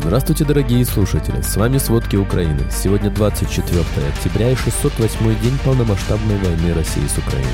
Здравствуйте, дорогие слушатели! С вами «Сводки Украины». Сегодня 24 октября и 608-й день полномасштабной войны России с Украиной.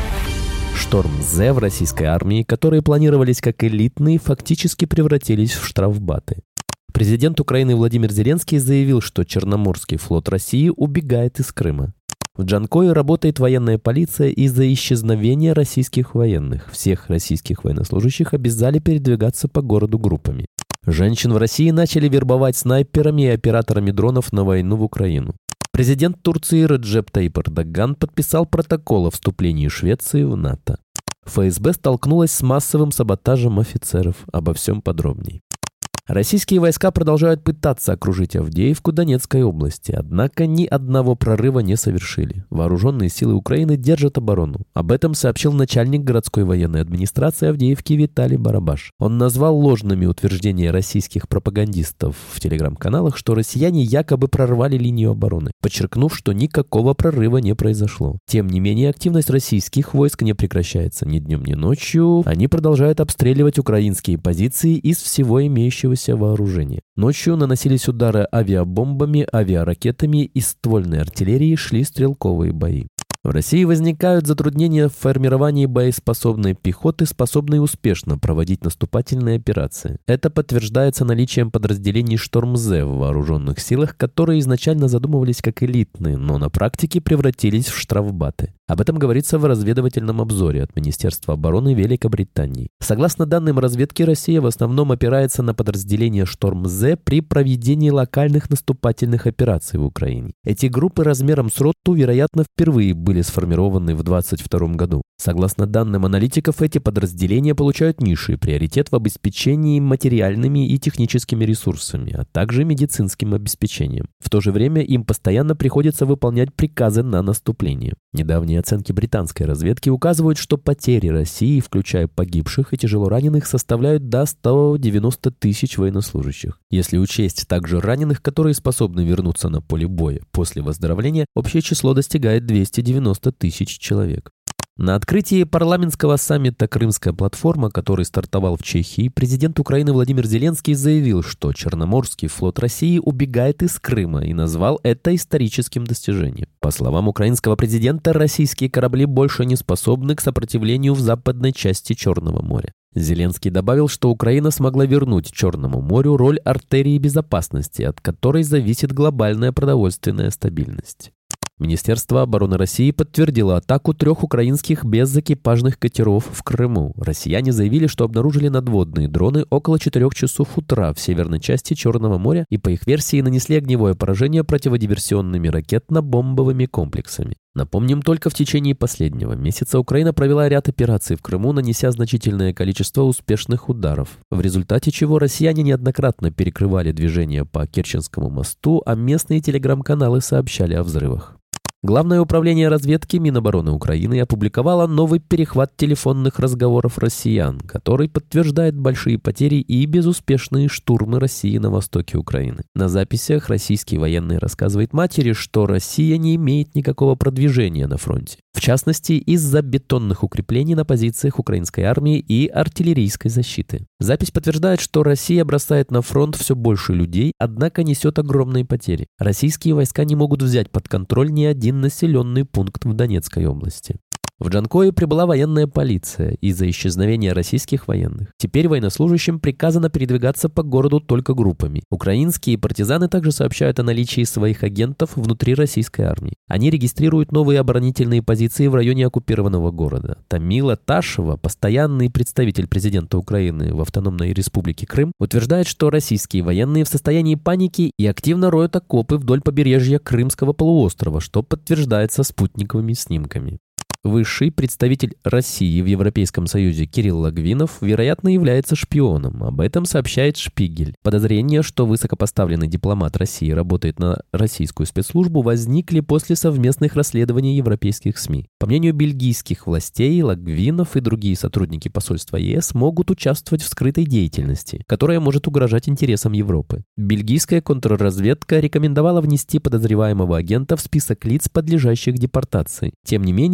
Шторм З в российской армии, которые планировались как элитные, фактически превратились в штрафбаты. Президент Украины Владимир Зеленский заявил, что Черноморский флот России убегает из Крыма. В Джанкое работает военная полиция из-за исчезновения российских военных. Всех российских военнослужащих обязали передвигаться по городу группами. Женщин в России начали вербовать снайперами и операторами дронов на войну в Украину. Президент Турции Реджеп Тайип Эрдоган подписал протокол о вступлении Швеции в НАТО. ФСБ столкнулась с массовым саботажем офицеров. Обо всем подробней. Российские войска продолжают пытаться окружить Авдеевку Донецкой области, однако ни одного прорыва не совершили. Вооруженные силы Украины держат оборону. Об этом сообщил начальник городской военной администрации Авдеевки Виталий Барабаш. Он назвал ложными утверждения российских пропагандистов в телеграм-каналах, что россияне якобы прорвали линию обороны, подчеркнув, что никакого прорыва не произошло. Тем не менее, активность российских войск не прекращается ни днем, ни ночью. Они продолжают обстреливать украинские позиции из всего имеющегося вооружения. Ночью наносились удары авиабомбами, авиаракетами, из ствольной артиллерии шли стрелковые бои. В России возникают затруднения в формировании боеспособной пехоты, способной успешно проводить наступательные операции. Это подтверждается наличием подразделений «Шторм З» в вооруженных силах, которые изначально задумывались как элитные, но на практике превратились в штрафбаты. Об этом говорится в разведывательном обзоре от Министерства обороны Великобритании. Согласно данным разведки, Россия в основном опирается на подразделения «Шторм З» при проведении локальных наступательных операций в Украине. Эти группы размером с роту, вероятно, впервые были сформированы в 2022 году. Согласно данным аналитиков, эти подразделения получают низший приоритет в обеспечении материальными и техническими ресурсами, а также медицинским обеспечением. В то же время им постоянно приходится выполнять приказы на наступление. Недавние оценки британской разведки указывают, что потери России, включая погибших и тяжелораненых, составляют до 190 тысяч военнослужащих. Если учесть также раненых, которые способны вернуться на поле боя после выздоровления, общее число достигает 290 тысяч человек. На открытии парламентского саммита «Крымская платформа», который стартовал в Чехии, президент Украины Владимир Зеленский заявил, что Черноморский флот России убегает из Крыма и назвал это историческим достижением. По словам украинского президента, российские корабли больше не способны к сопротивлению в западной части Черного моря. Зеленский добавил, что Украина смогла вернуть Черному морю роль артерии безопасности, от которой зависит глобальная продовольственная стабильность. Министерство обороны России подтвердило атаку 3 украинских безэкипажных катеров в Крыму. Россияне заявили, что обнаружили надводные дроны около 4 часов утра в северной части Черного моря и, по их версии, нанесли огневое поражение противодиверсионными ракетно-бомбовыми комплексами. Напомним, только в течение последнего месяца Украина провела ряд операций в Крыму, нанеся значительное количество успешных ударов, в результате чего россияне неоднократно перекрывали движение по Керченскому мосту, а местные телеграм-каналы сообщали о взрывах. Главное управление разведки Минобороны Украины опубликовало новый перехват телефонных разговоров россиян, который подтверждает большие потери и безуспешные штурмы России на востоке Украины. На записях российский военный рассказывает матери, что Россия не имеет никакого продвижения на фронте. В частности, из-за бетонных укреплений на позициях украинской армии и артиллерийской защиты. Запись подтверждает, что Россия бросает на фронт все больше людей, однако несет огромные потери. Российские войска не могут взять под контроль ни один населенный пункт в Донецкой области. В Джанкое прибыла военная полиция из-за исчезновения российских военных. Теперь военнослужащим приказано передвигаться по городу только группами. Украинские партизаны также сообщают о наличии своих агентов внутри российской армии. Они регистрируют новые оборонительные позиции в районе оккупированного города. Тамила Ташева, постоянный представитель президента Украины в автономной республике Крым, утверждает, что российские военные в состоянии паники и активно роют окопы вдоль побережья Крымского полуострова, что подтверждается спутниковыми снимками. Высший представитель России в Европейском Союзе Кирилл Логвинов, вероятно, является шпионом. Об этом сообщает Шпигель. Подозрения, что высокопоставленный дипломат России работает на российскую спецслужбу, возникли после совместных расследований европейских СМИ. По мнению бельгийских властей, Логвинов и другие сотрудники посольства ЕС могут участвовать в скрытой деятельности, которая может угрожать интересам Европы. Бельгийская контрразведка рекомендовала внести подозреваемого агента в список лиц, подлежащих депортации. Тем не менее, эти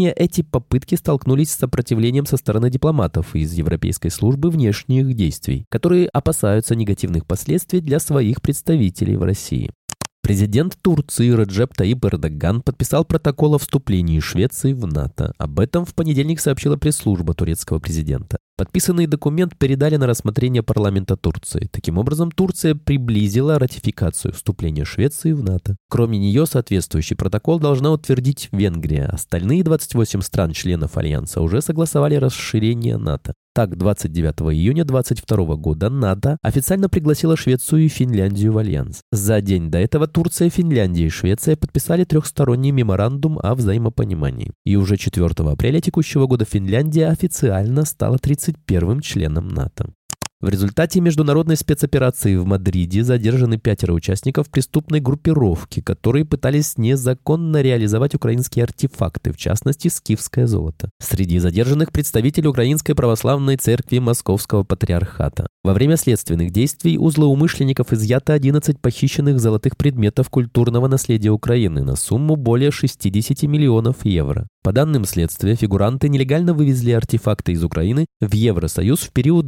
эти попытки столкнулись с сопротивлением со стороны дипломатов из Европейской службы внешних действий, которые опасаются негативных последствий для своих представителей в России. Президент Турции Реджеп Таyyip Эрдоган подписал протокол о вступлении Швеции в НАТО. Об этом в понедельник сообщила пресс-служба турецкого президента. Подписанный документ передали на рассмотрение парламента Турции. Таким образом, Турция приблизила ратификацию вступления Швеции в НАТО. Кроме нее, соответствующий протокол должна утвердить Венгрия. Остальные 28 стран-членов Альянса уже согласовали расширение НАТО. Так, 29 июня 2022 года НАТО официально пригласила Швецию и Финляндию в Альянс. За день до этого Турция, Финляндия и Швеция подписали трехсторонний меморандум о взаимопонимании. И уже 4 апреля текущего года Финляндия официально стала 31-м членом НАТО. В результате международной спецоперации в Мадриде задержаны 5 участников преступной группировки, которые пытались незаконно реализовать украинские артефакты, в частности, скифское золото. Среди задержанных представитель Украинской православной церкви Московского патриархата. Во время следственных действий у злоумышленников изъято 11 похищенных золотых предметов культурного наследия Украины на сумму более 60 миллионов евро. По данным следствия, фигуранты нелегально вывезли артефакты из Украины в Евросоюз в период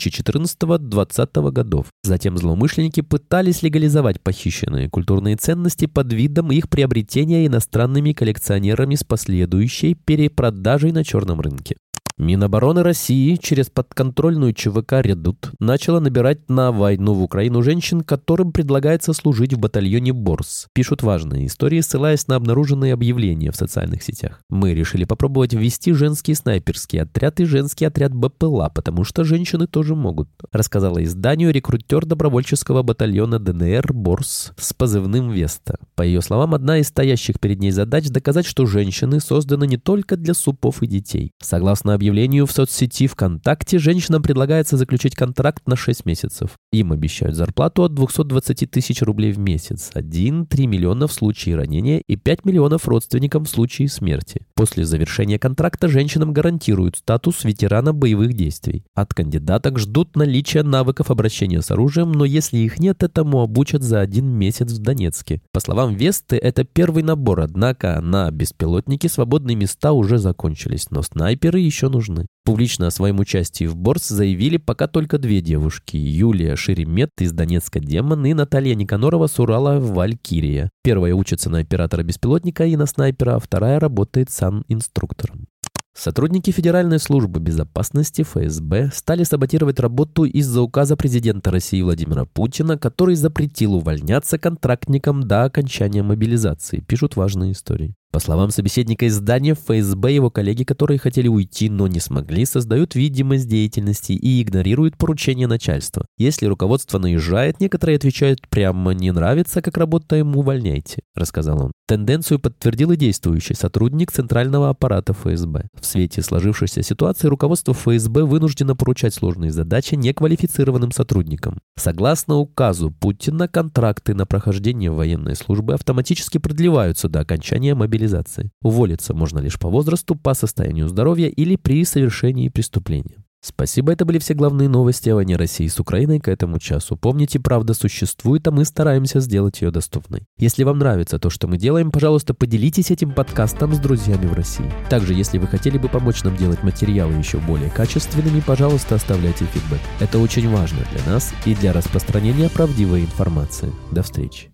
2014-2020 годов. Затем злоумышленники пытались легализовать похищенные культурные ценности под видом их приобретения иностранными коллекционерами с последующей перепродажей на черном рынке. Минобороны России через подконтрольную ЧВК «Редут» начала набирать на войну в Украину женщин, которым предлагается служить в батальоне «Борс». Пишут важные истории, ссылаясь на обнаруженные объявления в социальных сетях. «Мы решили попробовать ввести женский снайперский отряд и женский отряд БПЛА, потому что женщины тоже могут», рассказала изданию рекрутер добровольческого батальона ДНР «Борс» с позывным «Веста». По ее словам, одна из стоящих перед ней задач – доказать, что женщины созданы не только для супов и детей. Согласно объявлению в соцсети ВКонтакте, женщинам предлагается заключить контракт на 6 месяцев. Им обещают зарплату от 220 тысяч рублей в месяц, 1-3 миллиона в случае ранения и 5 миллионов родственникам в случае смерти. После завершения контракта женщинам гарантируют статус ветерана боевых действий. От кандидаток ждут наличия навыков обращения с оружием, но если их нет, этому обучат за 1 месяц в Донецке. По словам Весты, это первый набор, однако на беспилотники свободные места уже закончились, но снайперы еще нужны. Публично о своем участии в Борс заявили пока только 2 девушки – Юлия Шеремет из Донецка «Демон» и Наталья Никанорова с Урала «Валькирия». Первая учится на оператора беспилотника и на снайпера, а вторая работает инструктором. Сотрудники Федеральной службы безопасности ФСБ стали саботировать работу из-за указа президента России Владимира Путина, который запретил увольняться контрактникам до окончания мобилизации, пишут важные истории. По словам собеседника издания, ФСБ его коллеги, которые хотели уйти, но не смогли, создают видимость деятельности и игнорируют поручения начальства. Если руководство наезжает, некоторые отвечают прямо «не нравится, как работаем, увольняйте», рассказал он. Тенденцию подтвердил и действующий сотрудник центрального аппарата ФСБ. В свете сложившейся ситуации руководство ФСБ вынуждено поручать сложные задачи неквалифицированным сотрудникам. Согласно указу Путина, контракты на прохождение военной службы автоматически продлеваются до окончания мобилизации. Уволиться можно лишь по возрасту, по состоянию здоровья или при совершении преступления. Спасибо, это были все главные новости о войне России с Украиной к этому часу. Помните, правда существует, а мы стараемся сделать ее доступной. Если вам нравится то, что мы делаем, пожалуйста, поделитесь этим подкастом с друзьями в России. Также, если вы хотели бы помочь нам делать материалы еще более качественными, пожалуйста, оставляйте фидбэк. Это очень важно для нас и для распространения правдивой информации. До встречи.